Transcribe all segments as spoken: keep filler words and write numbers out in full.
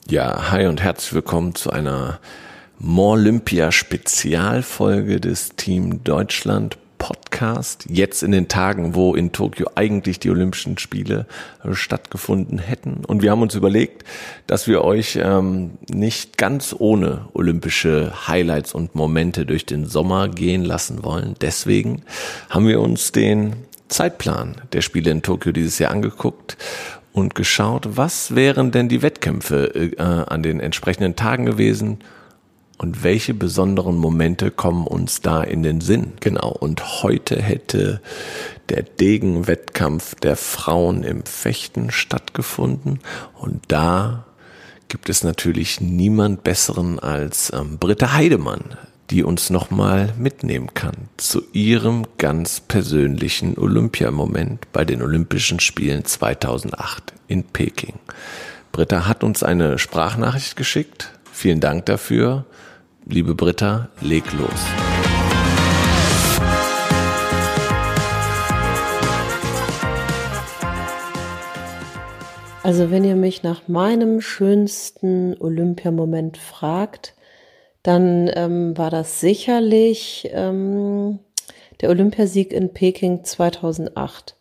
Ja, hi und herzlich willkommen zu einer Morelympia-Spezialfolge des Team Deutschland Podcast. Jetzt in den Tagen, wo in Tokio eigentlich die Olympischen Spiele äh, stattgefunden hätten. Und wir haben uns überlegt, dass wir euch ähm, nicht ganz ohne olympische Highlights und Momente durch den Sommer gehen lassen wollen. Deswegen haben wir uns den Zeitplan der Spiele in Tokio dieses Jahr angeguckt und geschaut, was wären denn die Wettkämpfe äh, an den entsprechenden Tagen gewesen und welche besonderen Momente kommen uns da in den Sinn. Genau, und heute hätte der Degenwettkampf der Frauen im Fechten stattgefunden und da gibt es natürlich niemand Besseren als ähm, Britta Heidemann, die uns nochmal mitnehmen kann zu ihrem ganz persönlichen Olympiamoment bei den Olympischen Spielen zweitausendacht in Peking. Britta hat uns eine Sprachnachricht geschickt. Vielen Dank dafür. Liebe Britta, leg los. Also wenn ihr mich nach meinem schönsten Olympiamoment fragt, dann ähm, war das sicherlich ähm, der Olympiasieg in Peking zweitausendacht.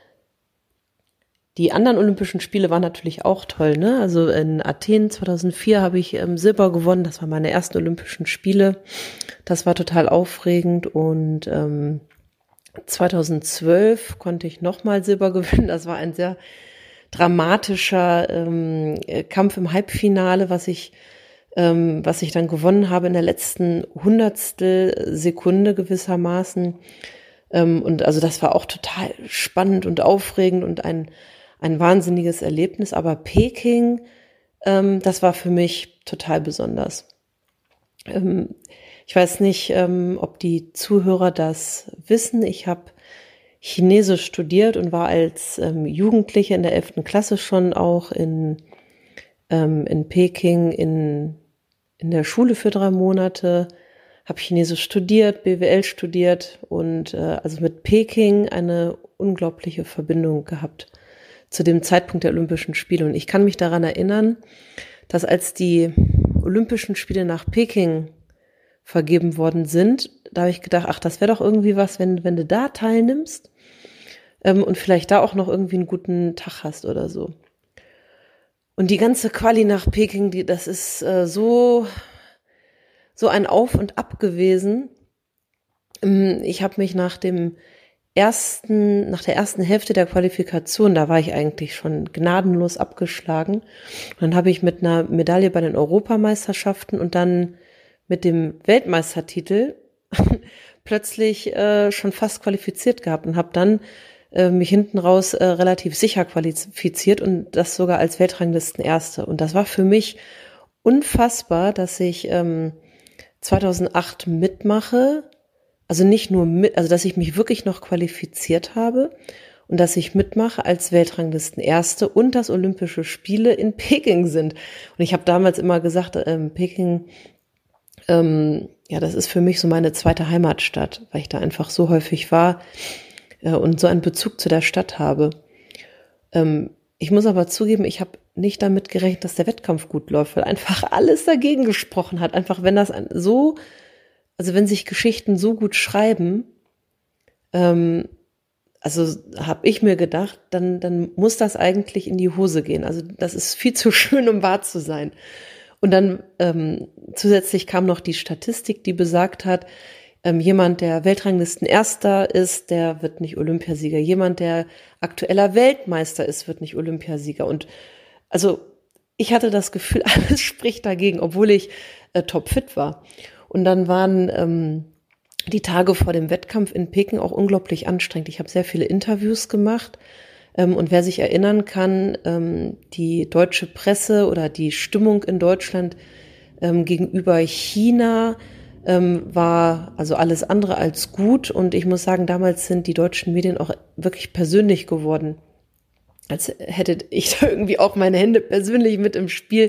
Die anderen Olympischen Spiele waren natürlich auch toll, ne? Also in Athen zweitausendvier habe ich ähm, Silber gewonnen. Das waren meine ersten Olympischen Spiele. Das war total aufregend. Und ähm, zweitausendzwölf konnte ich nochmal Silber gewinnen. Das war ein sehr dramatischer ähm, Kampf im Halbfinale, was ich ähm, was ich dann gewonnen habe in der letzten Hundertstel Sekunde gewissermaßen. Ähm, und also das war auch total spannend und aufregend und ein ein wahnsinniges Erlebnis. Aber Peking, ähm, das war für mich total besonders. Ähm, ich weiß nicht, ähm, ob die Zuhörer das wissen. Ich habe Chinesisch studiert und war als ähm, Jugendliche in der elften Klasse schon auch in ähm, in Peking in in der Schule für drei Monate, habe Chinesisch studiert, B W L studiert und äh, also mit Peking eine unglaubliche Verbindung gehabt zu dem Zeitpunkt der Olympischen Spiele. Und ich kann mich daran erinnern, dass als die Olympischen Spiele nach Peking vergeben worden sind, da habe ich gedacht, ach, das wäre doch irgendwie was, wenn, wenn du da teilnimmst ähm, und vielleicht da auch noch irgendwie einen guten Tag hast oder so. Und die ganze Quali nach Peking, die, das ist äh, so, so ein Auf und Ab gewesen. Ich habe mich nach dem ersten, nach der ersten Hälfte der Qualifikation, da war ich eigentlich schon gnadenlos abgeschlagen. Und dann habe ich mit einer Medaille bei den Europameisterschaften und dann mit dem Weltmeistertitel plötzlich äh, schon fast qualifiziert gehabt und habe dann äh, mich hinten raus äh, relativ sicher qualifiziert und das sogar als Weltranglistenerste. Und das war für mich unfassbar, dass ich ähm, zweitausendacht mitmache. Also nicht nur mit, also dass ich mich wirklich noch qualifiziert habe und dass ich mitmache als Weltranglistenerste und dass Olympische Spiele in Peking sind. Und ich habe damals immer gesagt, ähm, Peking, ähm, ja, das ist für mich so meine zweite Heimatstadt, weil ich da einfach so häufig war äh, und so einen Bezug zu der Stadt habe. Ähm, ich muss aber zugeben, ich habe nicht damit gerechnet, dass der Wettkampf gut läuft, weil einfach alles dagegen gesprochen hat. Einfach, wenn das so Also wenn sich Geschichten so gut schreiben, ähm, also habe ich mir gedacht, dann, dann muss das eigentlich in die Hose gehen. Also das ist viel zu schön, um wahr zu sein. Und dann ähm, zusätzlich kam noch die Statistik, die besagt hat, ähm, jemand, der Weltranglistenerster ist, der wird nicht Olympiasieger. Jemand, der aktueller Weltmeister ist, wird nicht Olympiasieger. Und also ich hatte das Gefühl, alles spricht dagegen, obwohl ich äh, topfit war. Und dann waren ähm, die Tage vor dem Wettkampf in Peking auch unglaublich anstrengend. Ich habe sehr viele Interviews gemacht ähm, und wer sich erinnern kann, ähm, die deutsche Presse oder die Stimmung in Deutschland ähm, gegenüber China ähm, war also alles andere als gut. Und ich muss sagen, damals sind die deutschen Medien auch wirklich persönlich geworden. Als hätte ich da irgendwie auch meine Hände persönlich mit im Spiel.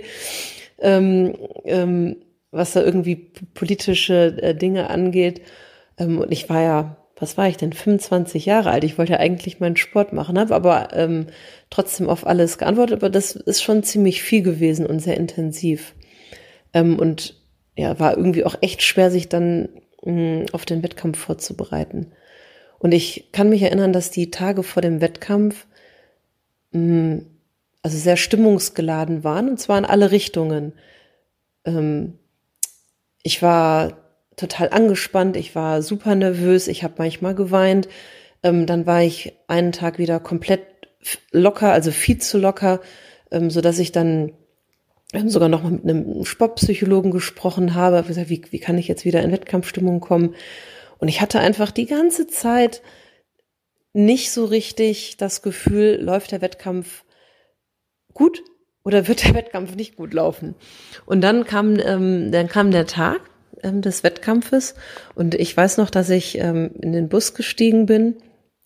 Ähm, ähm, was da irgendwie politische äh, Dinge angeht. Ähm, und ich war ja, was war ich denn, fünfundzwanzig Jahre alt. Ich wollte ja eigentlich meinen Sport machen, habe aber ähm, trotzdem auf alles geantwortet. Aber das ist schon ziemlich viel gewesen und sehr intensiv. Ähm, und ja, war irgendwie auch echt schwer, sich dann mh, auf den Wettkampf vorzubereiten. Und ich kann mich erinnern, dass die Tage vor dem Wettkampf mh, also sehr stimmungsgeladen waren, und zwar in alle Richtungen. Ähm, ich war total angespannt, ich war super nervös, ich habe manchmal geweint. Ähm, dann war ich einen Tag wieder komplett locker, also viel zu locker, ähm, so dass ich dann ähm, sogar noch mal mit einem Sportpsychologen gesprochen habe. Hab gesagt, wie, wie kann ich jetzt wieder in Wettkampfstimmung kommen? Und ich hatte einfach die ganze Zeit nicht so richtig das Gefühl, läuft der Wettkampf gut oder wird der Wettkampf nicht gut laufen? Und dann kam, ähm, dann kam der Tag ähm, des Wettkampfes, und ich weiß noch, dass ich ähm, in den Bus gestiegen bin,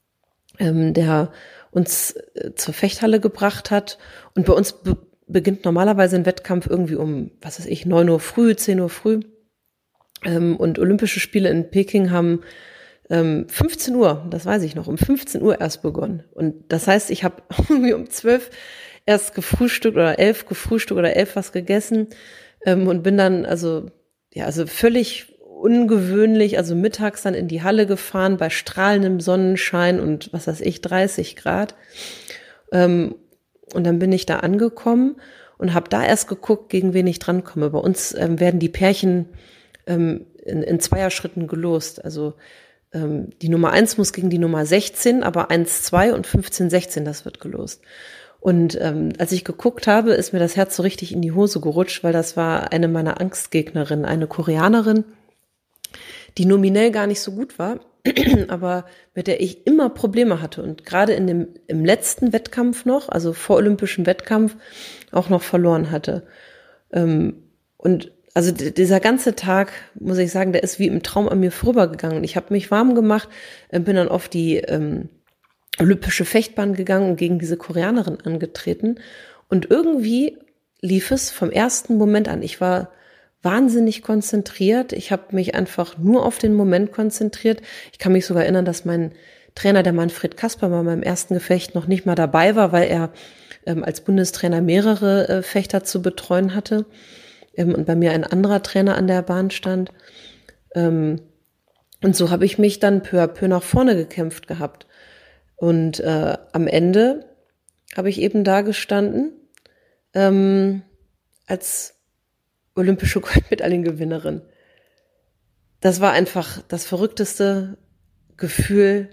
ähm, der uns äh, zur Fechthalle gebracht hat. Und bei uns be- beginnt normalerweise ein Wettkampf irgendwie um, was weiß ich, neun Uhr früh, zehn Uhr früh. Ähm, und Olympische Spiele in Peking haben ähm, fünfzehn Uhr, das weiß ich noch, um fünfzehn Uhr erst begonnen. Und das heißt, ich habe irgendwie um zwölf erst gefrühstückt oder elf gefrühstückt oder elf was gegessen ähm, und bin dann also ja also völlig ungewöhnlich, also mittags dann in die Halle gefahren bei strahlendem Sonnenschein und was weiß ich, dreißig Grad. Ähm, und dann bin ich da angekommen und habe da erst geguckt, gegen wen ich drankomme. Bei uns ähm, werden die Pärchen ähm, in, in Zweierschritten gelost. Also ähm, die Nummer eins muss gegen die Nummer sechzehn, aber eins, zwei und fünfzehn, sechzehn, das wird gelost. Und ähm, als ich geguckt habe, ist mir das Herz so richtig in die Hose gerutscht, weil das war eine meiner Angstgegnerinnen, eine Koreanerin, die nominell gar nicht so gut war, aber mit der ich immer Probleme hatte und gerade in dem im letzten Wettkampf noch, also vor olympischen Wettkampf, auch noch verloren hatte. Ähm, und also d- dieser ganze Tag, muss ich sagen, der ist wie im Traum an mir vorübergegangen. Und ich habe mich warm gemacht, äh, bin dann auf die ähm, olympische Fechtbahn gegangen und gegen diese Koreanerin angetreten. Und irgendwie lief es vom ersten Moment an. Ich war wahnsinnig konzentriert. Ich habe mich einfach nur auf den Moment konzentriert. Ich kann mich sogar erinnern, dass mein Trainer, der Manfred Kasper, bei meinem ersten Gefecht noch nicht mal dabei war, weil er ähm, als Bundestrainer mehrere äh, Fechter zu betreuen hatte ähm, und bei mir ein anderer Trainer an der Bahn stand. Ähm, und so habe ich mich dann peu à peu nach vorne gekämpft gehabt. Und äh, am Ende habe ich eben da gestanden ähm, als olympische Goldmedaillengewinnerin. Das war einfach das verrückteste Gefühl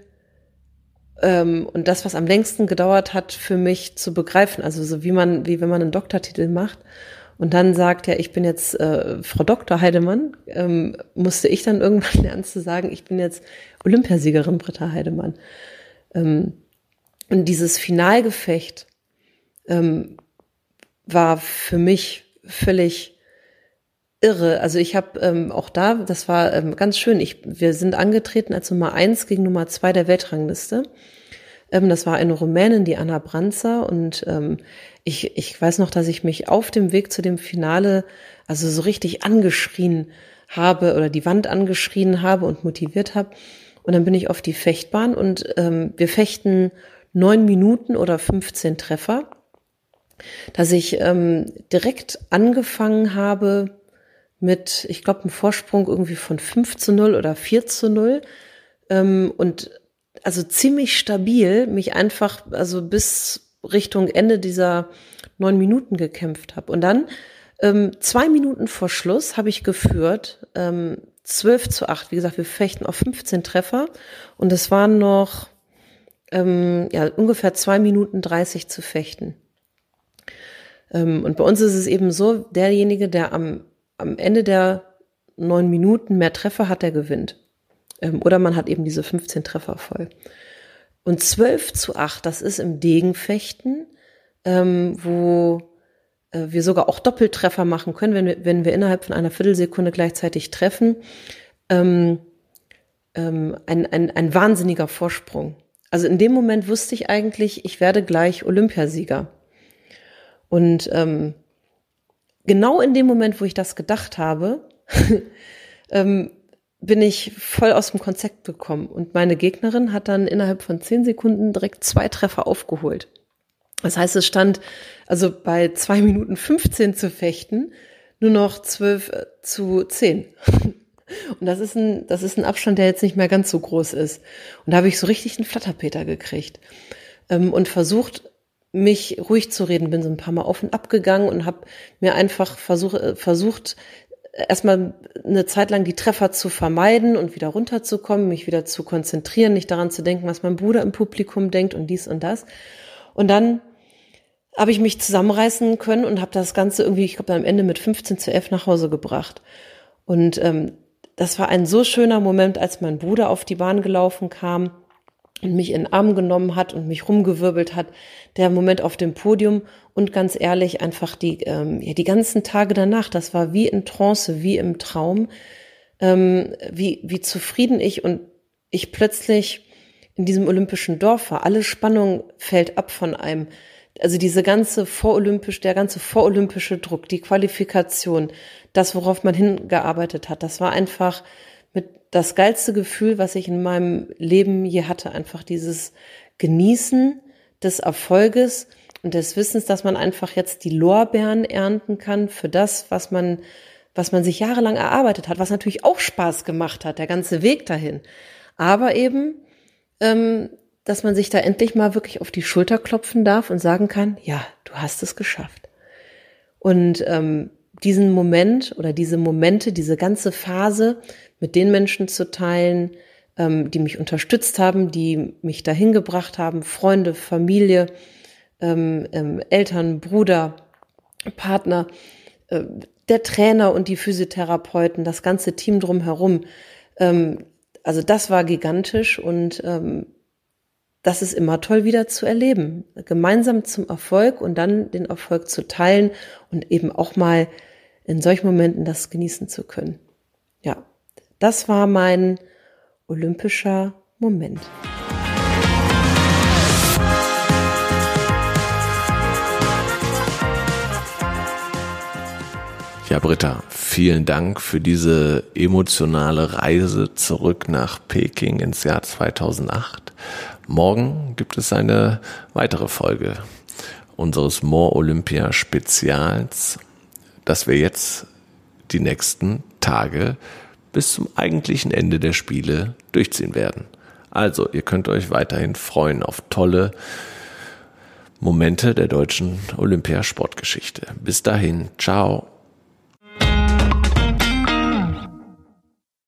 ähm, und das, was am längsten gedauert hat für mich zu begreifen. Also so wie man, wie wenn man einen Doktortitel macht und dann sagt, ja, ich bin jetzt äh, Frau Doktor Heidemann, ähm, musste ich dann irgendwann lernen zu sagen, ich bin jetzt Olympiasiegerin Britta Heidemann. Ähm, und dieses Finalgefecht ähm, war für mich völlig irre. Also ich habe ähm, auch da, das war ähm, ganz schön, ich, wir sind angetreten als Nummer eins gegen Nummer zwei der Weltrangliste. Ähm, das war eine Rumänin, die Anna Branza, und ähm, ich, ich weiß noch, dass ich mich auf dem Weg zu dem Finale also so richtig angeschrien habe oder die Wand angeschrien habe und motiviert habe. Und dann bin ich auf die Fechtbahn und ähm, wir fechten neun Minuten oder fünfzehn Treffer, dass ich ähm, direkt angefangen habe mit, ich glaube, einem Vorsprung irgendwie von fünf zu null oder vier zu null ähm, und also ziemlich stabil mich einfach also bis Richtung Ende dieser neun Minuten gekämpft habe. Und dann ähm, zwei Minuten vor Schluss habe ich geführt, ähm, zwölf zu acht. Wie gesagt, wir fechten auf fünfzehn Treffer und es waren noch ähm, ja ungefähr zwei Minuten dreißig zu fechten. Ähm, und bei uns ist es eben so, derjenige, der am am Ende der neun Minuten mehr Treffer hat, der gewinnt. Ähm, oder man hat eben diese fünfzehn Treffer voll. Und zwölf zu acht, das ist im Degenfechten, ähm, wo äh, wir sogar auch Doppeltreffer machen können, wenn wir, wenn wir innerhalb von einer Viertelsekunde gleichzeitig treffen. Ähm, ähm, ein, ein, ein wahnsinniger Vorsprung. Also in dem Moment wusste ich eigentlich, ich werde gleich Olympiasieger. Und ähm, genau in dem Moment, wo ich das gedacht habe, ähm, bin ich voll aus dem Konzept gekommen. Und meine Gegnerin hat dann innerhalb von zehn Sekunden direkt zwei Treffer aufgeholt. Das heißt, es stand also bei zwei Minuten fünfzehn zu fechten nur noch zwölf zu zehn. Und das ist ein, das ist ein Abstand, der jetzt nicht mehr ganz so groß ist. Und da habe ich so richtig einen Flatterpeter gekriegt. Ähm, und versucht, mich ruhig zu reden. Bin so ein paar Mal auf und ab gegangen und habe mir einfach versuch, versucht, erstmal eine Zeit lang die Treffer zu vermeiden und wieder runterzukommen, mich wieder zu konzentrieren, nicht daran zu denken, was mein Bruder im Publikum denkt und dies und das. Und dann habe ich mich zusammenreißen können und habe das Ganze irgendwie, ich glaube, am Ende mit fünfzehn zu elf nach Hause gebracht. Und ähm, das war ein so schöner Moment, als mein Bruder auf die Bahn gelaufen kam und mich in den Arm genommen hat und mich rumgewirbelt hat. Der Moment auf dem Podium und ganz ehrlich einfach die ähm, ja die ganzen Tage danach, das war wie in Trance, wie im Traum, ähm, wie wie zufrieden ich und ich plötzlich in diesem olympischen Dorf war. Alle Spannung fällt ab von einem. Also diese ganze vorolympisch, der ganze vorolympische Druck, die Qualifikation, das, worauf man hingearbeitet hat, das war einfach mit das geilste Gefühl, was ich in meinem Leben je hatte. Einfach dieses Genießen des Erfolges und des Wissens, dass man einfach jetzt die Lorbeeren ernten kann für das, was man, was man sich jahrelang erarbeitet hat, was natürlich auch Spaß gemacht hat, der ganze Weg dahin. Aber eben, ähm, dass man sich da endlich mal wirklich auf die Schulter klopfen darf und sagen kann, ja, du hast es geschafft. Und ähm, diesen Moment oder diese Momente, diese ganze Phase mit den Menschen zu teilen, ähm, die mich unterstützt haben, die mich dahin gebracht haben, Freunde, Familie, ähm, ähm, Eltern, Bruder, Partner, äh, der Trainer und die Physiotherapeuten, das ganze Team drumherum. Ähm, also das war gigantisch und ähm, das ist immer toll wieder zu erleben, gemeinsam zum Erfolg und dann den Erfolg zu teilen und eben auch mal in solchen Momenten das genießen zu können. Ja, das war mein olympischer Moment. Ja, Britta, vielen Dank für diese emotionale Reise zurück nach Peking ins Jahr zweitausendacht. Morgen gibt es eine weitere Folge unseres More Olympia Spezials, das wir jetzt die nächsten Tage bis zum eigentlichen Ende der Spiele durchziehen werden. Also, ihr könnt euch weiterhin freuen auf tolle Momente der deutschen Olympiasportgeschichte. Bis dahin, ciao.